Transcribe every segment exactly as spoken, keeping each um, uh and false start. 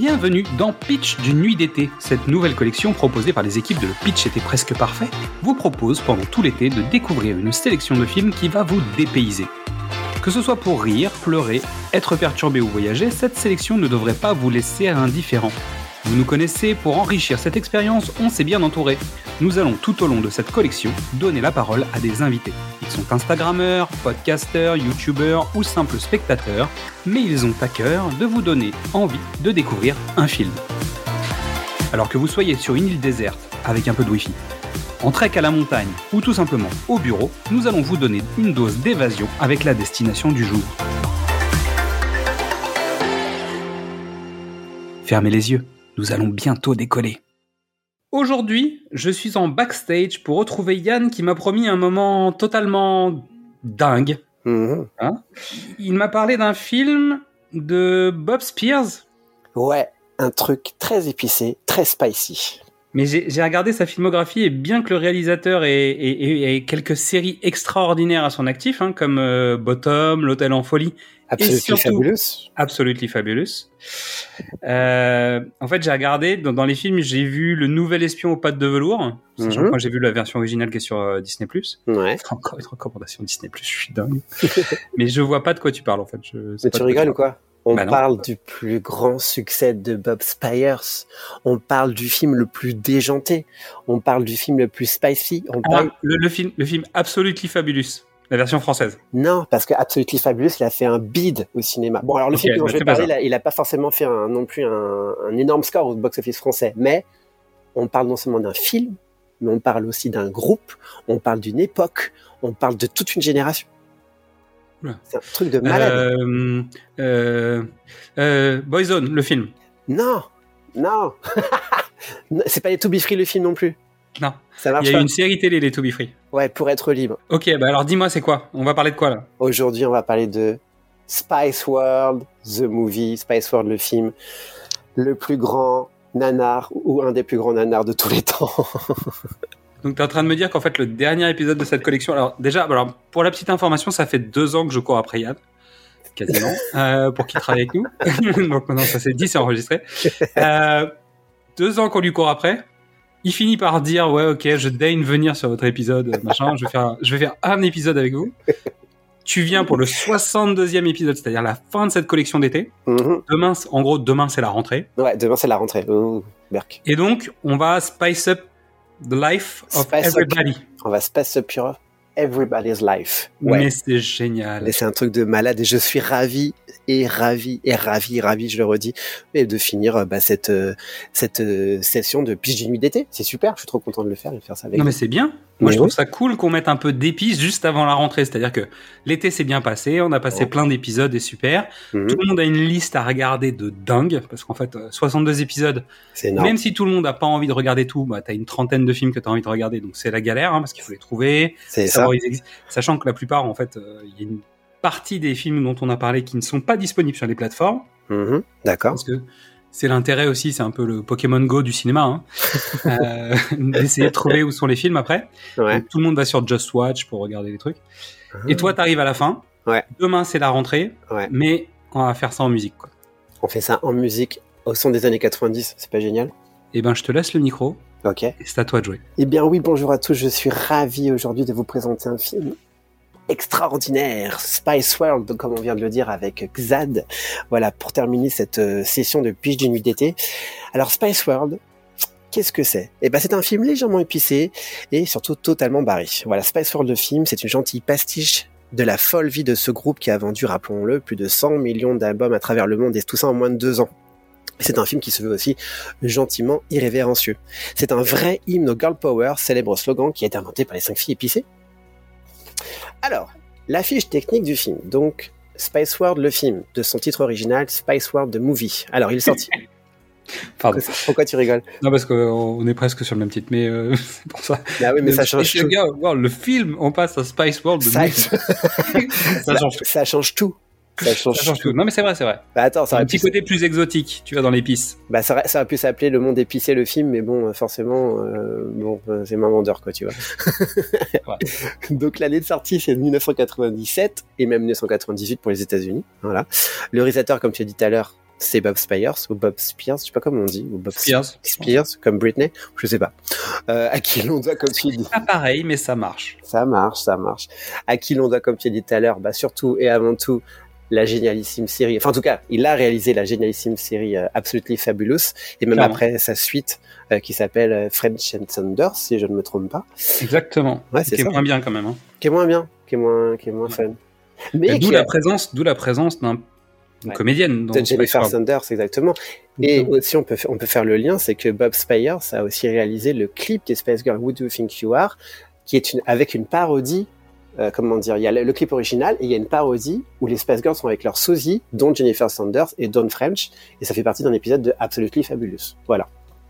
Bienvenue dans Pitch d'une nuit d'été. Cette nouvelle collection proposée par les équipes de Le Pitch était presque parfait vous propose pendant tout l'été de découvrir une sélection de films qui va vous dépayser. Que ce soit pour rire, pleurer, être perturbé ou voyager, cette sélection ne devrait pas vous laisser indifférent. Vous nous connaissez, pour enrichir cette expérience, on s'est bien entouré. Nous allons tout au long de cette collection donner la parole à des invités. Ils sont instagrammeurs, podcasteurs, youtubeurs ou simples spectateurs, mais ils ont à cœur de vous donner envie de découvrir un film. Alors que vous soyez sur une île déserte avec un peu de wifi, en trek à la montagne ou tout simplement au bureau, nous allons vous donner une dose d'évasion avec la destination du jour. Fermez les yeux, nous allons bientôt décoller. Aujourd'hui, je suis en backstage pour retrouver Yann qui m'a promis un moment totalement dingue. Mmh. Hein Il m'a parlé d'un film de Bob Spears. Ouais, un truc très épicé, très spicy. Mais j'ai, j'ai regardé sa filmographie et bien que le réalisateur ait, ait, ait quelques séries extraordinaires à son actif, hein, comme euh, Bottom, L'Hôtel en folie, Absolutely et surtout Fabulous. Absolutely Fabulous. Euh, en fait, j'ai regardé dans, dans les films, j'ai vu Le Nouvel Espion aux pattes de velours. Sachant Mm-hmm. que moi, j'ai vu la version originale qui est sur euh, Disney+. Ouais. Encore une recommandation Disney+, je suis dingue. Mais je vois pas de quoi tu parles en fait. Je sais Mais pas tu de rigoles tu ou quoi? On bah parle du plus grand succès de Bob Spears. On parle du film le plus déjanté. On parle du film le plus spicy. On ah, parle... le, le film, le film Absolutely Fabulous, la version française. Non, parce que Absolutely Fabulous, il a fait un bid au cinéma. Bon, alors le Okay, film dont bah, je vais parler, là, il a pas forcément fait un, non plus un, un énorme score au box-office français, mais on parle non seulement d'un film, mais on parle aussi d'un groupe, on parle d'une époque, on parle de toute une génération. Oula. C'est un truc de malade. Euh, euh, euh, Boyzone, le film. Non, non. C'est pas les To Be Free le film non plus. Non. Ça marche Il y a pas. eu une série télé, les To Be Free. Ouais, pour être libre. Ok, bah alors dis-moi, c'est quoi? On va parler de quoi là? Aujourd'hui, on va parler de Spice World, the movie, Spice World le film, le plus grand nanar ou un des plus grands nanars de tous les temps. Donc t'es en train de me dire qu'en fait le dernier épisode de cette collection, alors déjà, alors pour la petite information, ça fait deux ans que je cours après Yann, quasiment, euh, pour qu'il travaille avec nous. Donc maintenant ça c'est dit, c'est enregistré. Euh, deux ans qu'on lui court après. Il finit par dire ouais ok, je daigne venir sur votre épisode, machin. Je vais faire, je vais faire un épisode avec vous. Tu viens pour le soixante-deuxième épisode, c'est-à-dire la fin de cette collection d'été. Mm-hmm. Demain, en gros, demain c'est la rentrée. Ouais, demain c'est la rentrée. Ouh, Berk. Et donc on va spice up the life of Spice everybody. Up. On va spice up your everybody's life. Ouais. Mais c'est génial. Mais c'est un truc de malade et je suis ravi et ravi et ravi, ravi, je le redis, et de finir bah, cette euh, cette euh, session de pitch d'une nuit d'été. C'est super, je suis trop content de le faire et de faire ça avec Non vous. mais c'est bien. Moi Mais je trouve oui. ça cool qu'on mette un peu d'épices juste avant la rentrée. C'est-à-dire que l'été s'est bien passé, on a passé Ouais. plein d'épisodes et super. Mm-hmm. Tout le monde a une liste à regarder de dingue parce qu'en fait euh, soixante-deux épisodes. C'est énorme. Même si tout le monde a pas envie de regarder tout, bah t'as une trentaine de films que t'as envie de regarder, donc c'est la galère hein, parce qu'il faut les trouver. C'est ça. Savoir ils exi- Sachant que la plupart en fait, il euh, y a une partie des films dont on a parlé qui ne sont pas disponibles sur les plateformes. Mm-hmm. D'accord. Parce que c'est l'intérêt aussi, c'est un peu le Pokémon Go du cinéma, hein. euh, d'essayer de trouver où sont les films après. Ouais. Donc, tout le monde va sur Just Watch pour regarder les trucs. Et toi, t'arrives à la fin. Ouais. Demain, c'est la rentrée, Ouais. mais on va faire ça en musique, quoi. On fait ça en musique au son des années quatre-vingt-dix, c'est pas génial? Eh ben, je te laisse le micro Ok. et c'est à toi de jouer. Eh bien oui, bonjour à tous, je suis ravi aujourd'hui de vous présenter un film extraordinaire, Spice World, comme on vient de le dire avec Xad. Voilà, pour terminer cette euh, session de pitch d'une nuit d'été. Alors Spice World, qu'est-ce que c'est? Eh ben c'est un film légèrement épicé et surtout totalement barré. Voilà, Spice World le film, c'est une gentille pastiche de la folle vie de ce groupe qui a vendu, rappelons-le, plus de cent millions d'albums à travers le monde et tout ça en moins de deux ans. C'est un film qui se veut aussi gentiment irrévérencieux. C'est un vrai hymne au girl power, célèbre slogan qui a été inventé par les cinq filles épicées. Alors, la fiche technique du film. Donc, Spice World le film, de son titre original, Spice World the Movie. Alors, il est sorti. Pardon. Pourquoi, pourquoi tu rigoles? Non, parce qu'on est presque sur le même titre, mais euh, c'est pour ça. Ah oui, mais le, ça change tout. Gars, wow, le film, on passe à Spice World. De Spice... ça change tout. Ça change tout. Ça change, ça change tout. tout. Non, mais c'est vrai, c'est vrai. Bah attends, ça un aurait petit pu... côté plus exotique, tu vois, dans l'épice. Bah ça, ça aurait pu s'appeler Le Monde épicé le film, mais bon, forcément, euh, bon, euh, c'est moins vendeur, quoi, tu vois. Ouais. Donc l'année de sortie, c'est dix-neuf cent quatre-vingt-dix-sept et même dix-neuf cent quatre-vingt-dix-huit pour les États-Unis. Voilà. Le réalisateur, comme tu as dit tout à l'heure, c'est Bob Spears, ou Bob Spears, je sais pas comment on dit, ou Bob Spears, Spears, comme Britney, je sais pas. Euh, à qui l'on doit, comme tu dis. Pas pareil, mais ça marche. Ça marche, ça marche. À qui l'on doit, comme tu as dit tout à l'heure, bah surtout et avant tout, la génialissime série, enfin en tout cas, il a réalisé la génialissime série euh, Absolutely Fabulous, et même Clairement. Après sa suite euh, qui s'appelle euh, French and Saunders, si je ne me trompe pas. Exactement. Ouais, c'est qui ça. est moins bien quand même. Hein. Qui est moins bien, qui est moins, qui est moins fun. Mais d'où, a... la présence, d'où la présence d'un une ouais. comédienne. De Jennifer Saunders, exactement. Et mmh. aussi, on peut, on peut faire le lien, c'est que Bob Spears a aussi réalisé le clip des Spice Girls Who Do You Think You Are, qui est une, avec une parodie. Euh, comment dire, il y a le, le clip original et il y a une parodie où les Spice Girls sont avec leurs sosies, dont Jennifer Saunders et Dawn French, et ça fait partie d'un épisode de Absolutely Fabulous. Voilà.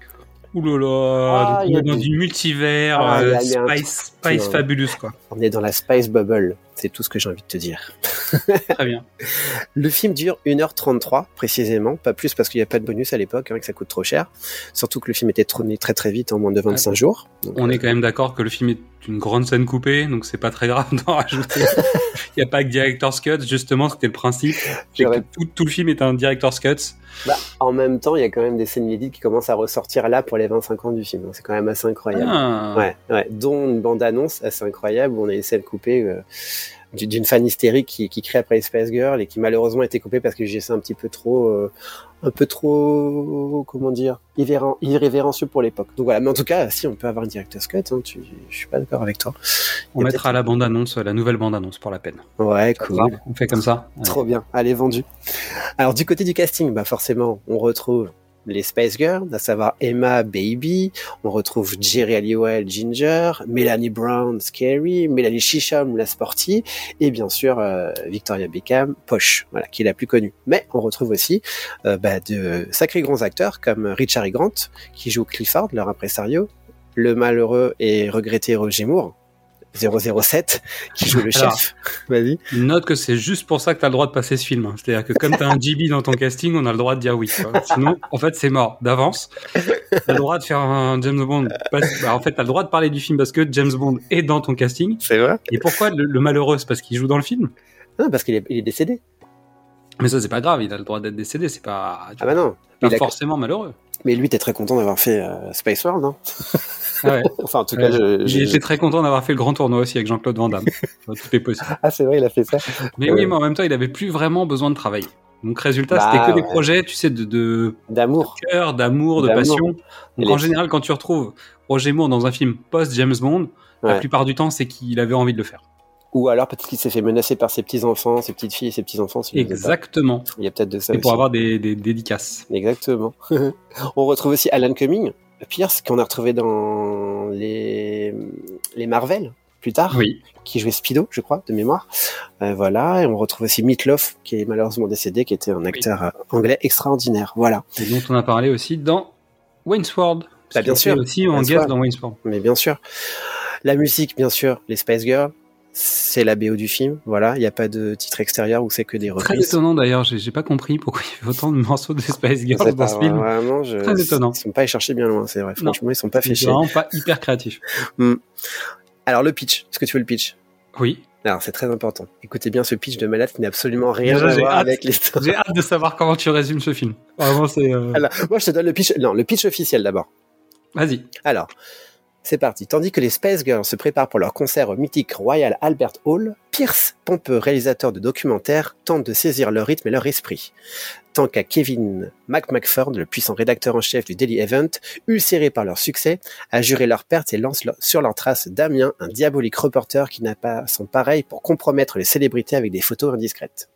Ouh là là, ah, donc on est dans du multivers, ah, euh, y a, y a Spice, Spice Fabulous, quoi. On est dans la Spice Bubble, c'est tout ce que j'ai envie de te dire. Très bien. Le film dure une heure trente-trois, précisément, pas plus parce qu'il n'y a pas de bonus à l'époque, hein, que ça coûte trop cher. Surtout que le film était tourné très très vite, en moins de vingt-cinq ouais. jours. Donc, on euh... est quand même d'accord que le film est une grande scène coupée, donc c'est pas très grave d'en rajouter. Il n'y a pas que Director's Cut, justement, c'était le principe. C'est que tout, tout le film est un Director's Cut. Bah, en même temps, il y a quand même des scènes inédites qui commencent à ressortir là pour les vingt-cinq ans du film. C'est quand même assez incroyable. Ah. Ouais, ouais. Dont une bande-annonce assez incroyable où on a une scène coupée euh, d'une fan hystérique qui, qui crie après les Spice Girls et qui malheureusement a été coupée parce que j'ai ça un petit peu trop, euh, un peu trop, comment dire, irrévéren- irrévérencieux pour l'époque. Donc voilà. Mais en tout cas, si on peut avoir une Director's Cut, hein, tu, je suis pas d'accord avec toi. On mettra la bande-annonce, la nouvelle bande-annonce pour la peine. Ouais, cool. Va, on fait comme ça. Allez. Trop bien. Allez, vendu. Alors du côté du casting, bah forcément, on retrouve les Spice Girls, à savoir Emma, Baby, on retrouve Jerry Halliwell, Ginger, Melanie Brown, Scary, Melanie Chisholm, la sportive, et bien sûr euh, Victoria Beckham, Posh, voilà, qui est la plus connue. Mais on retrouve aussi euh, bah, de sacrés grands acteurs comme Richard E. Grant, qui joue Clifford, leur impresario, le malheureux et regretté Roger Moore, zéro zéro sept, qui joue le chef. Alors, vas-y. Note que c'est juste pour ça que t'as le droit de passer ce film. C'est-à-dire que comme t'as un G B dans ton casting, on a le droit de dire oui. Quoi. Sinon, en fait, c'est mort d'avance. T'as le droit de faire un James Bond. Parce... Bah, en fait, t'as le droit de parler du film parce que James Bond est dans ton casting. C'est vrai. Et pourquoi le, le malheureux? C'est parce qu'il joue dans le film? Non, parce qu'il est, il est décédé. Mais ça, c'est pas grave. Il a le droit d'être décédé. C'est pas, ah bah non. pas il forcément a... malheureux. Mais lui, t'es très content d'avoir fait euh, Space World, non? Ah ouais. Enfin, en tout cas, euh, je, j'ai je... été très content d'avoir fait le grand tournoi aussi avec Jean-Claude Van Damme. Tout est possible. Ah, c'est vrai, il a fait ça. Mais euh... oui, mais en même temps, il avait plus vraiment besoin de travailler. Donc, résultat, bah, c'était que ouais. des projets, tu sais, de, de d'amour, de cœur, d'amour, de d'amour. passion. Donc, les... en général, quand tu retrouves Roger Moore dans un film post-James Bond, ouais. la plupart du temps, c'est qu'il avait envie de le faire. Ou alors peut-être qu'il s'est fait menacer par ses petits-enfants, ses petites filles et ses petits-enfants. Si Exactement. Il y a peut-être de ça et aussi. pour avoir des, des, des dédicaces. Exactement. On retrouve aussi Alan Cumming, Pierce, qu'on a retrouvé dans les, les Marvel, plus tard. Oui. Qui jouait Speedo, je crois, de mémoire. Euh, voilà. Et on retrouve aussi Meatloaf, qui est malheureusement décédé, qui était un acteur oui. anglais extraordinaire. Voilà. Et dont on a parlé aussi dans Wayne's World. Bah, bien sûr. aussi en guest dans Wayne's World. Mais bien sûr. La musique, bien sûr, les Spice Girls. C'est la B O du film, voilà, il n'y a pas de titre extérieur où c'est que des reprises. Très étonnant d'ailleurs, j'ai, j'ai pas compris pourquoi il y avait autant de morceaux de Spice Girls dans pas, ce film. Vraiment, je... Très étonnant. Ils sont pas allés chercher bien loin, c'est vrai. Franchement, non. Ils sont pas fait chier. Ils sont vraiment pas hyper créatifs. Mm. Alors le pitch, est-ce que tu veux le pitch? Oui. Alors c'est très important. Écoutez bien ce pitch de malade qui n'a absolument rien Déjà, à voir hâte, avec l'histoire. J'ai hâte de savoir comment tu résumes ce film. Vraiment, c'est. Euh... Alors, moi, je te donne le pitch. Non, le pitch officiel d'abord. Vas-y. Alors. C'est parti. Tandis que les Spice Girls se préparent pour leur concert au mythique Royal Albert Hall, Pierce, pompeux réalisateur de documentaires, tente de saisir leur rythme et leur esprit. Tant qu'à Kevin McMahon, le puissant rédacteur en chef du Daily Event, ulcéré par leur succès, a juré leur perte et lance leur, sur leur trace Damien, un diabolique reporter qui n'a pas son pareil pour compromettre les célébrités avec des photos indiscrètes.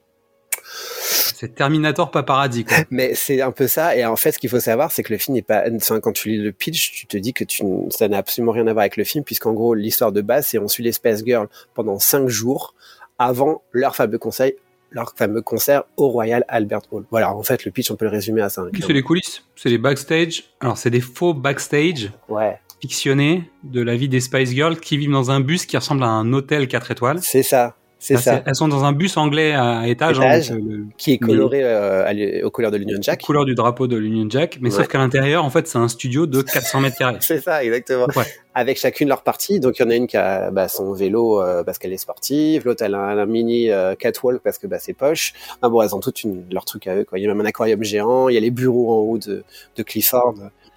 C'est Terminator Paparazzi, quoi. Mais c'est un peu ça, et en fait, ce qu'il faut savoir, c'est que le film n'est pas, enfin, quand tu lis le pitch, tu te dis que tu, ça n'a absolument rien à voir avec le film, puisqu'en gros, l'histoire de base, c'est on suit les Spice Girls pendant cinq jours avant leur fameux conseil, leur fameux concert au Royal Albert Hall. Voilà, en fait, le pitch, on peut le résumer à ça. Hein, c'est les coulisses, c'est les backstage. Alors, c'est des faux backstage. Ouais. Fictionnés de la vie des Spice Girls qui vivent dans un bus qui ressemble à un hôtel quatre étoiles. C'est ça. C'est ça. C'est, elles sont dans un bus anglais à étage, étage hein, donc, le, qui est coloré euh, aux couleurs de l'Union Jack. Couleur du drapeau de l'Union Jack, mais ouais. Sauf qu'à l'intérieur, en fait, c'est un studio de quatre cents mètres carrés. C'est ça, exactement. Ouais. Avec chacune leur partie. Donc, il y en a une qui a bah, son vélo euh, parce qu'elle est sportive. L'autre, elle a un, un mini euh, catwalk parce que bah, c'est poche. Ah, bon, elles ont toutes une, leur truc à eux, quoi. Il y a même un aquarium géant. Il y a les bureaux en haut de, de Clifford.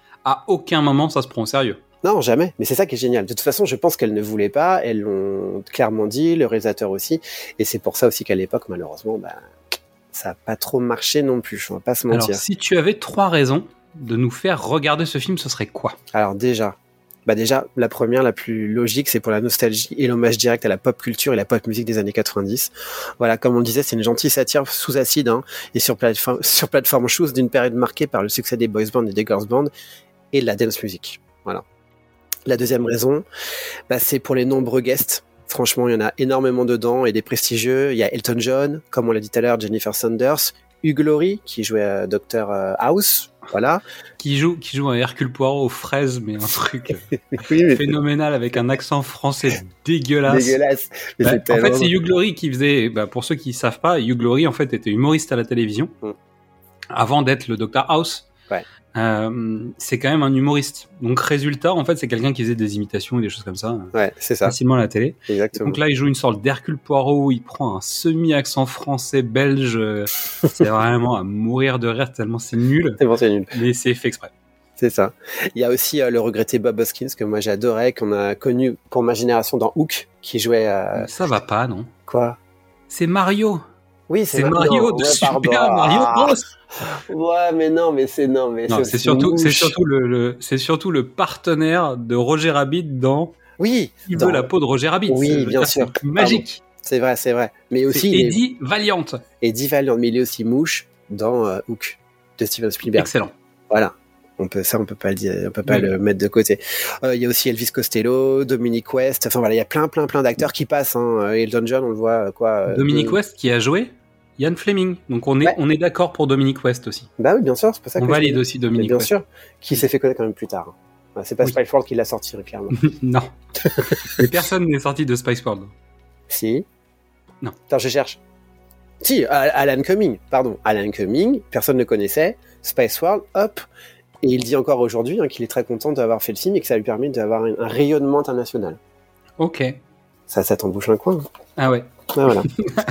À aucun moment, ça se prend au sérieux. Non, jamais. Mais c'est ça qui est génial. De toute façon, je pense qu'elles ne voulaient pas. Elles l'ont clairement dit, le réalisateur aussi. Et c'est pour ça aussi qu'à l'époque, malheureusement, bah, ça n'a pas trop marché non plus. On va pas se mentir. Alors, si tu avais trois raisons de nous faire regarder ce film, ce serait quoi ? Alors déjà, bah déjà, la première, la plus logique, c'est pour la nostalgie et l'hommage direct à la pop culture et la pop musique des années quatre-vingt-dix. Voilà, comme on le disait, c'est une gentille satire sous acide, hein, et sur plateforme, sur plateforme chose d'une période marquée par le succès des boys bands et des girls bands et de la dance music. Voilà. La deuxième raison, bah, c'est pour les nombreux guests. Franchement, il y en a énormément dedans et des prestigieux. Il y a Elton John, comme on l'a dit tout à l'heure, Jennifer Saunders, Hugh Laurie, qui jouait à docteur House, voilà. Qui joue, qui joue un Hercule Poirot aux fraises, mais un truc oui, mais phénoménal avec un accent français dégueulasse. Dégueulasse. Mais bah, c'est en fait, c'est Hugh Laurie qui faisait, bah, pour ceux qui savent pas, Hugh Laurie, en fait, était humoriste à la télévision, mm. avant d'être le docteur House. Ouais. Euh, c'est quand même un humoriste. Donc résultat, en fait, c'est quelqu'un qui faisait des imitations et des choses comme ça. Ouais, c'est ça. Facilement à la télé. Exactement. Donc là, il joue une sorte d'Hercule Poirot où il prend un semi-accent français belge. C'est vraiment à mourir de rire tellement c'est nul. C'est bon, c'est nul. Mais c'est fait exprès. C'est ça. Il y a aussi euh, le regretté Bob Hoskins que moi j'adorais, qu'on a connu pour ma génération dans Hook, qui jouait. Euh... Ça va pas, non ? Quoi ? C'est Mario. Oui, c'est, c'est Mario, Mario de ouais, Super ah. Mario Bros. Ouais, mais non, mais c'est non, mais non, c'est, c'est surtout, c'est surtout le, le, c'est surtout le partenaire de Roger Rabbit dans. Oui. Il dans... veut la peau de Roger Rabbit. Oui, c'est, bien sûr. C'est magique. Pardon. C'est vrai, c'est vrai. Mais aussi. C'est Eddie est... Valiant. Eddie Valiant, mais il est aussi Mouche dans euh, Hook de Steven Spielberg. Excellent. Voilà. On peut, ça, on peut pas le dire, on peut pas oui. le mettre de côté. Euh, il y a aussi Elvis Costello, Dominic West. Enfin voilà, il y a plein, plein, plein d'acteurs qui passent. Hein. Elton John, on le voit quoi. Dominic euh, West qui a joué. Ian Fleming, donc on est ouais. on est d'accord pour Dominic West aussi. Bah oui, bien sûr, c'est pour ça on que valide aussi Dominic bien West. sûr, qui s'est fait connaître quand même plus tard. C'est pas oui. Spice World qui l'a sorti, clairement. Non. Mais personne n'est sorti de Spice World. Si. Non. Attends, je cherche. Si, Alan Cumming, pardon, Alan Cumming, personne ne connaissait. Spice World, hop. Et il dit encore aujourd'hui hein, qu'il est très content d'avoir fait le film et que ça lui permet d'avoir un, un rayonnement international. Ok. Ça, ça t'embouche un coin. Ah ouais. Ah voilà.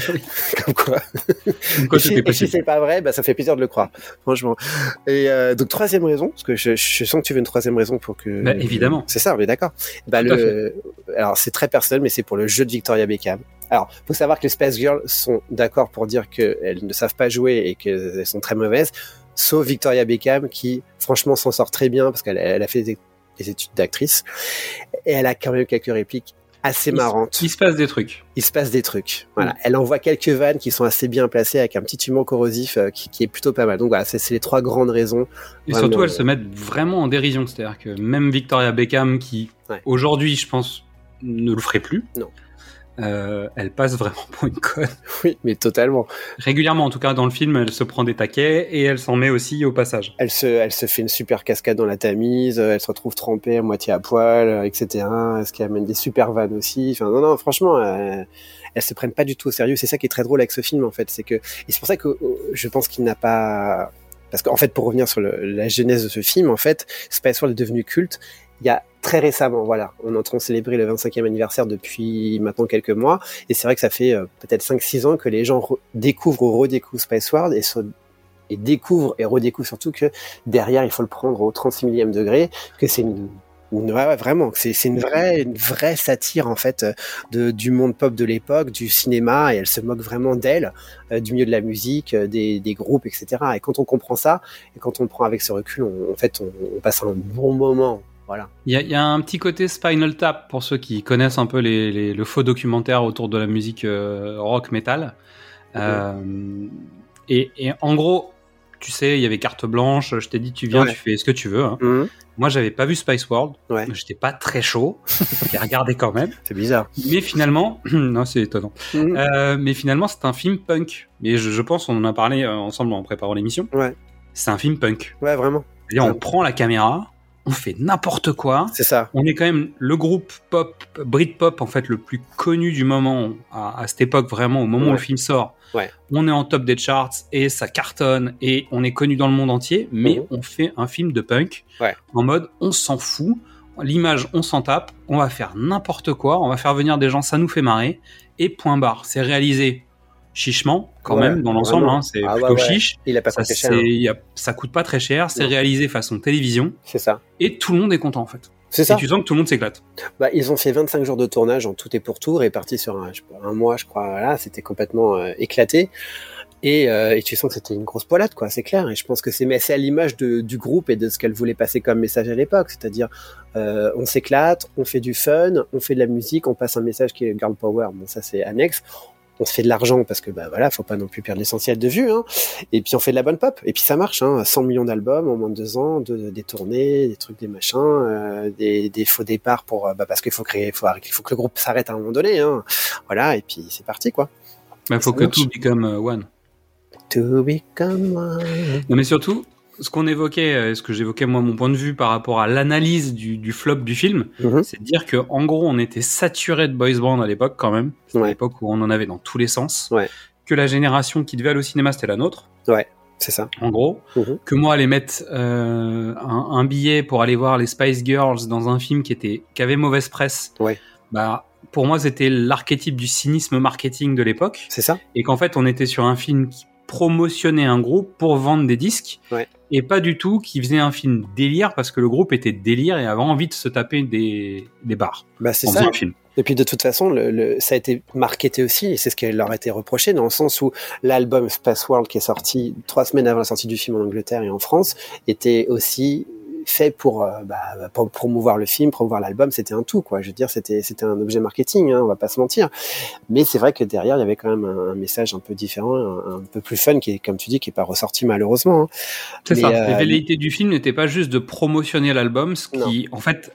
Comme quoi. quoi et, si, et si c'est pas vrai, bah ça fait plaisir de le croire, franchement. Et euh, donc troisième raison, parce que je, je sens que tu veux une troisième raison pour que. Bah, évidemment. C'est ça, on est d'accord. Bah Tout le. Alors c'est très personnel, mais c'est pour le jeu de Victoria Beckham. Alors, faut savoir que les Spice Girls sont d'accord pour dire qu'elles ne savent pas jouer et qu'elles sont très mauvaises, sauf Victoria Beckham qui, franchement, s'en sort très bien parce qu'elle elle a fait des, des études d'actrice et elle a quand même quelques répliques assez marrante. Il, il se passe des trucs. Il se passe des trucs. Voilà. Mmh. Elle envoie quelques vannes qui sont assez bien placées avec un petit humour corrosif euh, qui, qui est plutôt pas mal. Donc voilà, c'est, c'est les trois grandes raisons. Et vraiment, surtout, elles euh... se mettent vraiment en dérision. C'est-à-dire que même Victoria Beckham, qui ouais. aujourd'hui, je pense, ne le ferait plus. Non. Euh, elle passe vraiment pour une conne. Oui, mais totalement. Régulièrement, en tout cas, dans le film, elle se prend des taquets et elle s'en met aussi au passage. Elle se, elle se fait une super cascade dans la Tamise, elle se retrouve trempée à moitié à poil, et cetera. Ce qui amène des super vannes aussi. Enfin, non, non, franchement, elle, elle se prennent pas du tout au sérieux. C'est ça qui est très drôle avec ce film, en fait. C'est que, et c'est pour ça que je pense qu'il n'a pas, parce qu'en fait, pour revenir sur le, la genèse de ce film, en fait, Spice World est devenu culte. Il y a très récemment, voilà, on est en train de célébrer le vingt-cinquième anniversaire depuis maintenant quelques mois, et c'est vrai que ça fait euh, peut-être cinq six ans que les gens re- découvrent ou redécouvrent Spice World et, so- et découvrent et redécouvrent surtout que derrière il faut le prendre au trente-six millième degré, que c'est une, une ouais, ouais, vraiment, que c'est, c'est une vraie, une vraie satire en fait de, du monde pop de l'époque, du cinéma, et elle se moque vraiment d'elle, euh, du milieu de la musique, euh, des, des groupes, et cetera. Et quand on comprend ça, et quand on le prend avec ce recul, on, en fait, on, on passe un bon moment. Voilà. Il y a, il y a un petit côté Spinal Tap pour ceux qui connaissent un peu les, les, le faux documentaire autour de la musique euh, rock metal. Okay. Euh, et, et en gros, tu sais, il y avait carte blanche. Je t'ai dit, tu viens, ouais. tu fais ce que tu veux. Hein. Mm-hmm. Moi, j'avais pas vu Spice World. Ouais. J'étais pas très chaud. J'ai regardé quand même. C'est bizarre. Mais finalement, non, c'est étonnant. Mm-hmm. Euh, mais finalement, c'est un film punk. Et je, je pense, on en a parlé ensemble en préparant l'émission. Ouais. C'est un film punk. Ouais, vraiment. C'est-à-dire, on prend la caméra. on fait n'importe quoi. C'est ça. On est quand même le groupe pop, Britpop, en fait, le plus connu du moment, à, à cette époque, vraiment, au moment ouais. où le film sort. Ouais. On est en top des charts, et ça cartonne, et on est connu dans le monde entier, mais mmh. on fait un film de punk, ouais. en mode, on s'en fout, l'image, on s'en tape, on va faire n'importe quoi, on va faire venir des gens, ça nous fait marrer, et point barre. C'est réalisé chichement, quand ouais, même, dans l'ensemble, hein, c'est ah, plutôt ouais, ouais. chiche. Il a pas ça, coûté cher. Hein. Y a, ça coûte pas très cher, c'est non. réalisé façon télévision. C'est ça. Et tout le monde est content, en fait. C'est ça. Et tu sens que tout le monde s'éclate. Bah, ils ont fait vingt-cinq jours de tournage en tout et pour tout, répartis sur un, je sais pas, un mois, je crois. Voilà, c'était complètement euh, éclaté. Et, euh, et tu sens que c'était une grosse poilade, quoi, c'est clair. Et je pense que c'est, mais c'est à l'image de, du groupe et de ce qu'elle voulait passer comme message à l'époque. C'est-à-dire, euh, on s'éclate, on fait du fun, on fait de la musique, on passe un message qui est girl power. Bon, ça, c'est annexe. On se fait de l'argent parce que, bah voilà, faut pas non plus perdre l'essentiel de vue, hein. Et puis on fait de la bonne pop. Et puis ça marche, hein. cent millions d'albums en moins de deux ans, de, des tournées, des trucs, des machins, euh, des, des faux départs pour, bah, parce qu'il faut créer, faut, il faut que le groupe s'arrête à un moment donné, hein. Voilà. Et puis c'est parti, quoi. Il bah, faut que tout become one. To become one. Non, mais surtout, ce qu'on évoquait, ce que j'évoquais moi, mon point de vue par rapport à l'analyse du, du flop du film, mm-hmm. c'est de dire que en gros, on était saturé de boys band à l'époque quand même. C'était ouais. l'époque où on en avait dans tous les sens. Ouais. Que la génération qui devait aller au cinéma, c'était la nôtre. Ouais, c'est ça. En gros, mm-hmm. que moi aller mettre euh, un, un billet pour aller voir les Spice Girls dans un film qui était qui avait mauvaise presse. Ouais. Bah pour moi, c'était l'archétype du cynisme marketing de l'époque. C'est ça. Et qu'en fait, on était sur un film qui promotionnait un groupe pour vendre des disques. Ouais. Et pas du tout qui faisait un film délire parce que le groupe était délire et avait envie de se taper des, des bars. Bah, c'est ça. Un film. Et puis de toute façon, le, le, ça a été marketé aussi, et c'est ce qui leur a été reproché, dans le sens où l'album Space World, qui est sorti trois semaines avant la sortie du film en Angleterre et en France, était aussi fait pour, euh, bah, pour promouvoir le film, promouvoir l'album. C'était un tout, quoi. Je veux dire, c'était c'était un objet marketing, hein, on va pas se mentir. Mais c'est vrai que derrière, il y avait quand même un, un message un peu différent, un, un peu plus fun, qui est, comme tu dis, qui est pas ressorti malheureusement. Hein. C'est Mais, ça. Euh, Les velléités du film n'étaient pas juste de promotionner l'album, ce qui, non. en fait,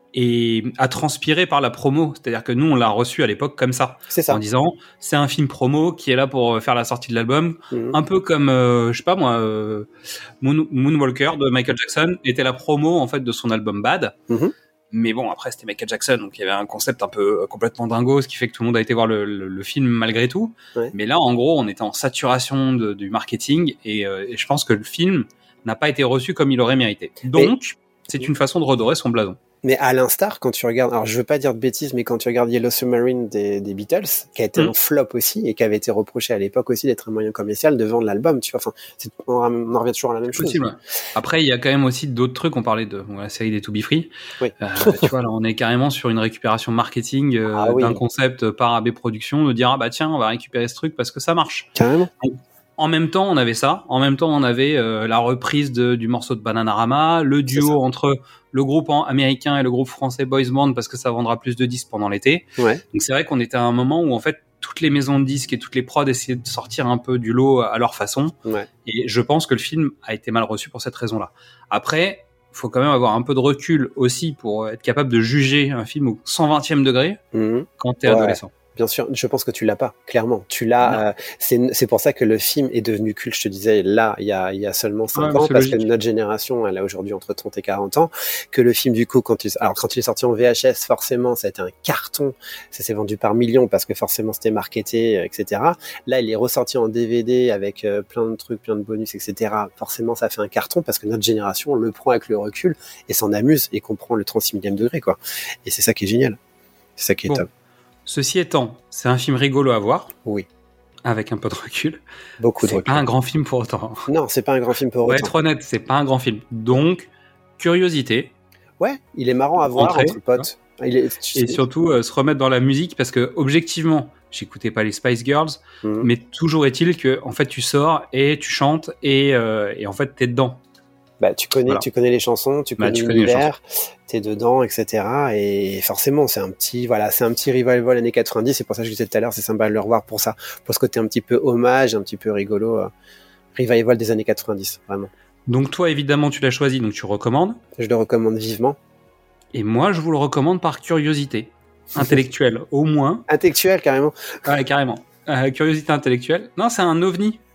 et a transpiré par la promo, c'est-à-dire que nous on l'a reçu à l'époque comme ça, c'est ça. En disant c'est un film promo qui est là pour faire la sortie de l'album, mmh. un peu comme euh, je sais pas moi euh, Moon, Moonwalker de Michael Jackson était la promo en fait de son album Bad, mmh. mais bon après c'était Michael Jackson donc il y avait un concept un peu euh, complètement dingo, ce qui fait que tout le monde a été voir le, le, le film malgré tout, ouais. mais là en gros on était en saturation de, du marketing et, euh, et je pense que le film n'a pas été reçu comme il aurait mérité, donc et... c'est une façon de redorer son blason. Mais à l'instar, quand tu regardes, alors je veux pas dire de bêtises, mais quand tu regardes Yellow Submarine des, des Beatles, qui a été mmh. un flop aussi, et qui avait été reproché à l'époque aussi d'être un moyen commercial de vendre l'album, tu vois, enfin, c'est, on, on en revient toujours à la même chose. Possible, ouais. Après, il y a quand même aussi d'autres trucs, on parlait de bon, la série des To Be Free, oui. euh, tu vois, là, on est carrément sur une récupération marketing euh, ah, oui. d'un concept par A B Productions, de dire, ah bah tiens, on va récupérer ce truc parce que ça marche. Carrément. Donc, en même temps, on avait ça. En même temps, on avait euh, la reprise de, du morceau de Bananarama, le duo entre le groupe américain et le groupe français Boys Band parce que ça vendra plus de disques pendant l'été. Ouais. Donc c'est vrai qu'on était à un moment où en fait toutes les maisons de disques et toutes les prods essayaient de sortir un peu du lot à leur façon. Ouais. Et je pense que le film a été mal reçu pour cette raison-là. Après, faut quand même avoir un peu de recul aussi pour être capable de juger un film au cent vingtième degré mmh. quand t'es ouais. adolescent. Bien sûr, je pense que tu l'as pas, clairement. Tu l'as. Euh, c'est c'est pour ça que le film est devenu culte. Je te disais là, il y a il y a seulement cinq ouais, ans, parce logique. que notre génération, elle a aujourd'hui entre trente et quarante ans. Que le film du coup, quand il alors quand il est sorti en V H S, forcément, ça a été un carton. Ça s'est vendu par millions parce que forcément c'était marketé, et cetera. Là, il est ressorti en D V D avec euh, plein de trucs, plein de bonus, et cetera. Forcément, ça fait un carton parce que notre génération le prend avec le recul et s'en amuse et comprend le trente-six millième degré, quoi. Et c'est ça qui est génial. C'est ça qui est bon. top. Ceci étant, c'est un film rigolo à voir. Oui. Avec un peu de recul. Beaucoup de c'est recul. C'est pas un grand film pour autant. Non, c'est pas un grand film pour autant. autant. Pour être honnête, c'est pas un grand film. Donc, curiosité. Ouais, il est marrant à voir entre potes. Il est... Et surtout, euh, se remettre dans la musique parce que, objectivement, j'écoutais pas les Spice Girls, mm-hmm. mais toujours est-il que, en fait, tu sors et tu chantes et, euh, et en fait, t'es dedans. Bah, tu connais, voilà. tu connais les chansons, tu connais bah, l'univers, t'es dedans, et cetera. Et forcément, c'est un petit, voilà, c'est un petit revival années quatre-vingt-dix. C'est pour ça que je disais tout à l'heure, c'est sympa de le revoir pour ça, pour ce côté un petit peu hommage, un petit peu rigolo, euh, revival des années quatre-vingt-dix, vraiment. Donc toi, évidemment, tu l'as choisi, donc tu recommandes. Je le recommande vivement. Et moi, je vous le recommande par curiosité intellectuelle, au moins. Intellectuelle, carrément. Ouais, carrément. Euh, curiosité intellectuelle. Non, c'est un ovni.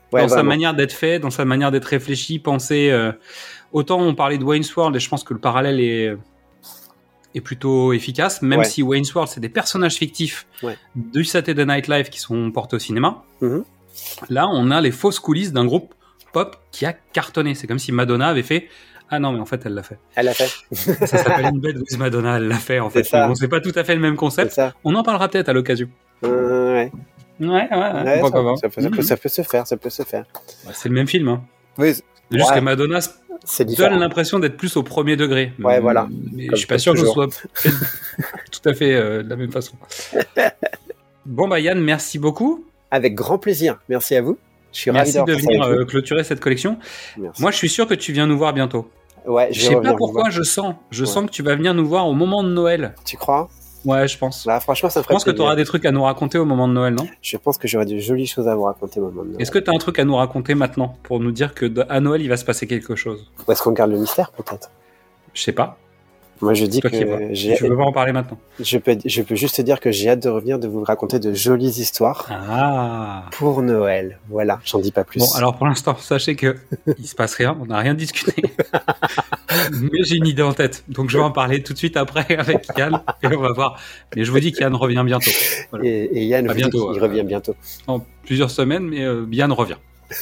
Ouais, dans vraiment. sa manière d'être fait, dans sa manière d'être réfléchi, pensé. Euh, autant on parlait de Wayne's World et je pense que le parallèle est est plutôt efficace, même ouais. si Wayne's World c'est des personnages fictifs ouais. du Saturday Night Live qui sont portés au cinéma. Mm-hmm. Là, on a les fausses coulisses d'un groupe pop qui a cartonné. C'est comme si Madonna avait fait. Ah non, mais en fait, elle l'a fait. Elle l'a fait. Ça s'appelle In Bed with Madonna, elle l'a fait en fait. C'est ça. Bon, c'est pas tout à fait le même concept. C'est ça. On en parlera peut-être à l'occasion. Euh, ouais. Ouais, ouais, ouais. ouais ça, pas ça, peut, ça, mmh. peut, ça peut se faire, ça peut se faire. Bah, c'est le même film. Hein. Oui. C'est juste ouais. que Madonna c'est donne l'impression d'être plus au premier degré. Ouais, mais, voilà. Mais je suis pas sûr toujours. que ce soit tout à fait euh, de la même façon. Bon, bah Yann, merci beaucoup. Avec grand plaisir. Merci à vous. Je suis merci ravi de venir euh, clôturer cette collection. Merci. Moi, je suis sûr que tu viens nous voir bientôt. Ouais, je, je sais pas pourquoi je sens. Je ouais. sens que tu vas venir nous voir au moment de Noël. Tu crois ? Ouais, je pense. Bah, franchement, ça me ferait Je pense plaisir. Que tu auras des trucs à nous raconter au moment de Noël, non ? Je pense que j'aurai de jolies choses à vous raconter au moment de Noël. Est-ce que tu as un truc à nous raconter maintenant pour nous dire que à Noël, il va se passer quelque chose ? Ou est-ce qu'on garde le mystère, peut-être ? Je sais pas. Moi, je dis que j'ai... Je veux pas en parler maintenant. Je peux, je peux juste te dire que j'ai hâte de revenir, de vous raconter de jolies histoires ah. pour Noël. Voilà, j'en dis pas plus. Bon, alors pour l'instant, sachez que il se passe rien, on n'a rien discuté. Mais j'ai une idée en tête, donc je vais en parler tout de suite après avec Yann et on va voir. Mais je vous dis qu'Yann revient bientôt. Voilà. Et, et Yann vous bientôt, dit qu'il euh, revient bientôt. En plusieurs semaines, mais euh, Yann revient.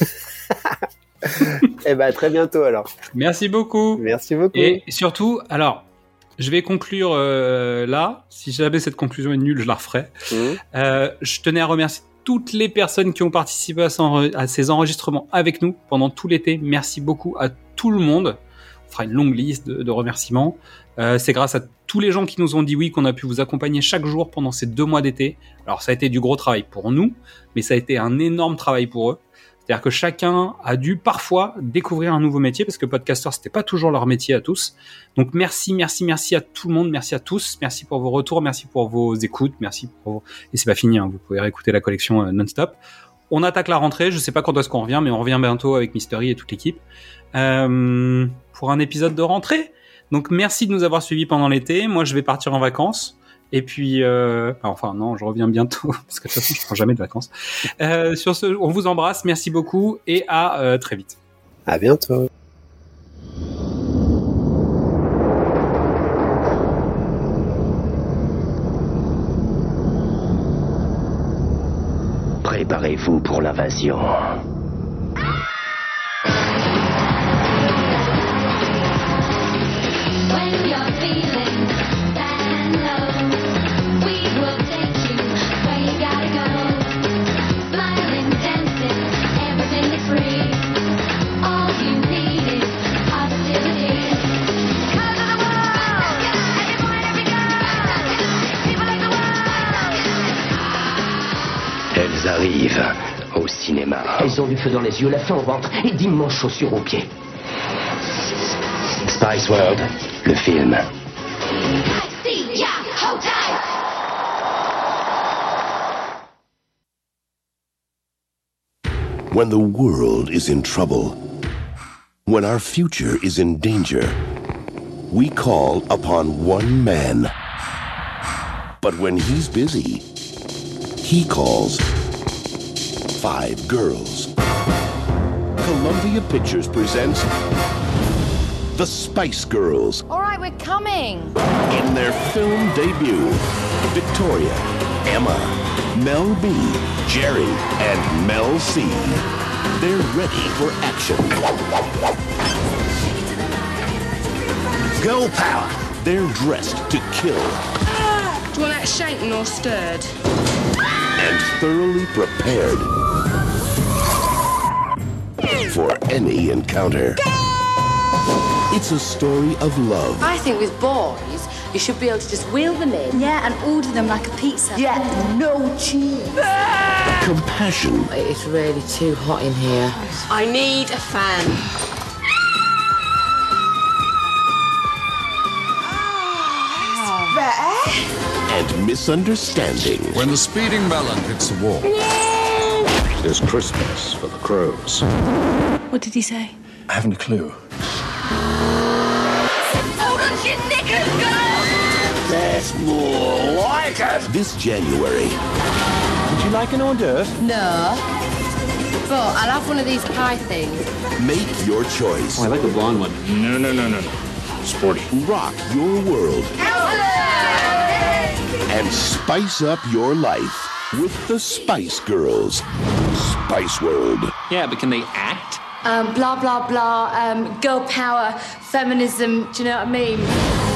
Eh ben, à très bientôt alors. Merci beaucoup. Merci beaucoup. Et surtout, alors. Je vais conclure euh, là. Si jamais cette conclusion est nulle, je la referai. Mmh. Euh, je tenais à remercier toutes les personnes qui ont participé à, son, à ces enregistrements avec nous pendant tout l'été. Merci beaucoup à tout le monde. On fera une longue liste de, de remerciements. Euh, c'est grâce à tous les gens qui nous ont dit oui qu'on a pu vous accompagner chaque jour pendant ces deux mois d'été. Alors ça a été du gros travail pour nous, mais ça a été un énorme travail pour eux. C'est-à-dire que chacun a dû parfois découvrir un nouveau métier parce que podcasteur, c'était pas toujours leur métier à tous. Donc merci, merci, merci à tout le monde, merci à tous, merci pour vos retours, merci pour vos écoutes, merci pour vos... Et c'est pas fini, hein, vous pouvez réécouter la collection euh, non-stop. On attaque la rentrée, je sais pas quand est-ce qu'on revient, mais on revient bientôt avec Mystery et toute l'équipe euh, pour un épisode de rentrée. Donc merci de nous avoir suivis pendant l'été. Moi, je vais partir en vacances. Et puis, euh, enfin non, je reviens bientôt parce que de toute façon, je prends jamais de vacances. Euh, sur ce, on vous embrasse, merci beaucoup et à euh, très vite. À bientôt. Préparez-vous pour l'invasion. Elles arrivent au cinéma. Elles ont du feu dans les yeux, la faim au ventre et d'immenses chaussures aux pieds. Spice World, le film. When the world is in trouble, when our future is in danger, we call upon one man. But when he's busy, he calls five girls. Columbia Pictures presents The Spice Girls. All right, we're coming. In their film debut, Victoria, Emma, Mel B, Jerry, and Mel C. They're ready for action. Girl power. They're dressed to kill. Do you want that shaken or stirred? And thoroughly prepared for any encounter. It's a story of love. I think with boys, you should be able to just wheel them in. Yeah, and order them like a pizza. Yeah, no cheese. Compassion. It's really too hot in here. I need a fan. And misunderstanding. When the speeding melon hits the wall, no! There's Christmas for the crows. What did he say? I haven't a clue. Hold on to your knickers, girl! That's more like it. This January. Would you like an hors d'oeuvre? No. but I'll have one of these pie things. Make your choice. Oh, I like the blonde one. No, no, no, no, no. Sporty. Rock your world. And spice up your life with the Spice Girls. Spice World. Yeah, but can they act? Um, blah, blah, blah, um, girl power, feminism, do you know what I mean?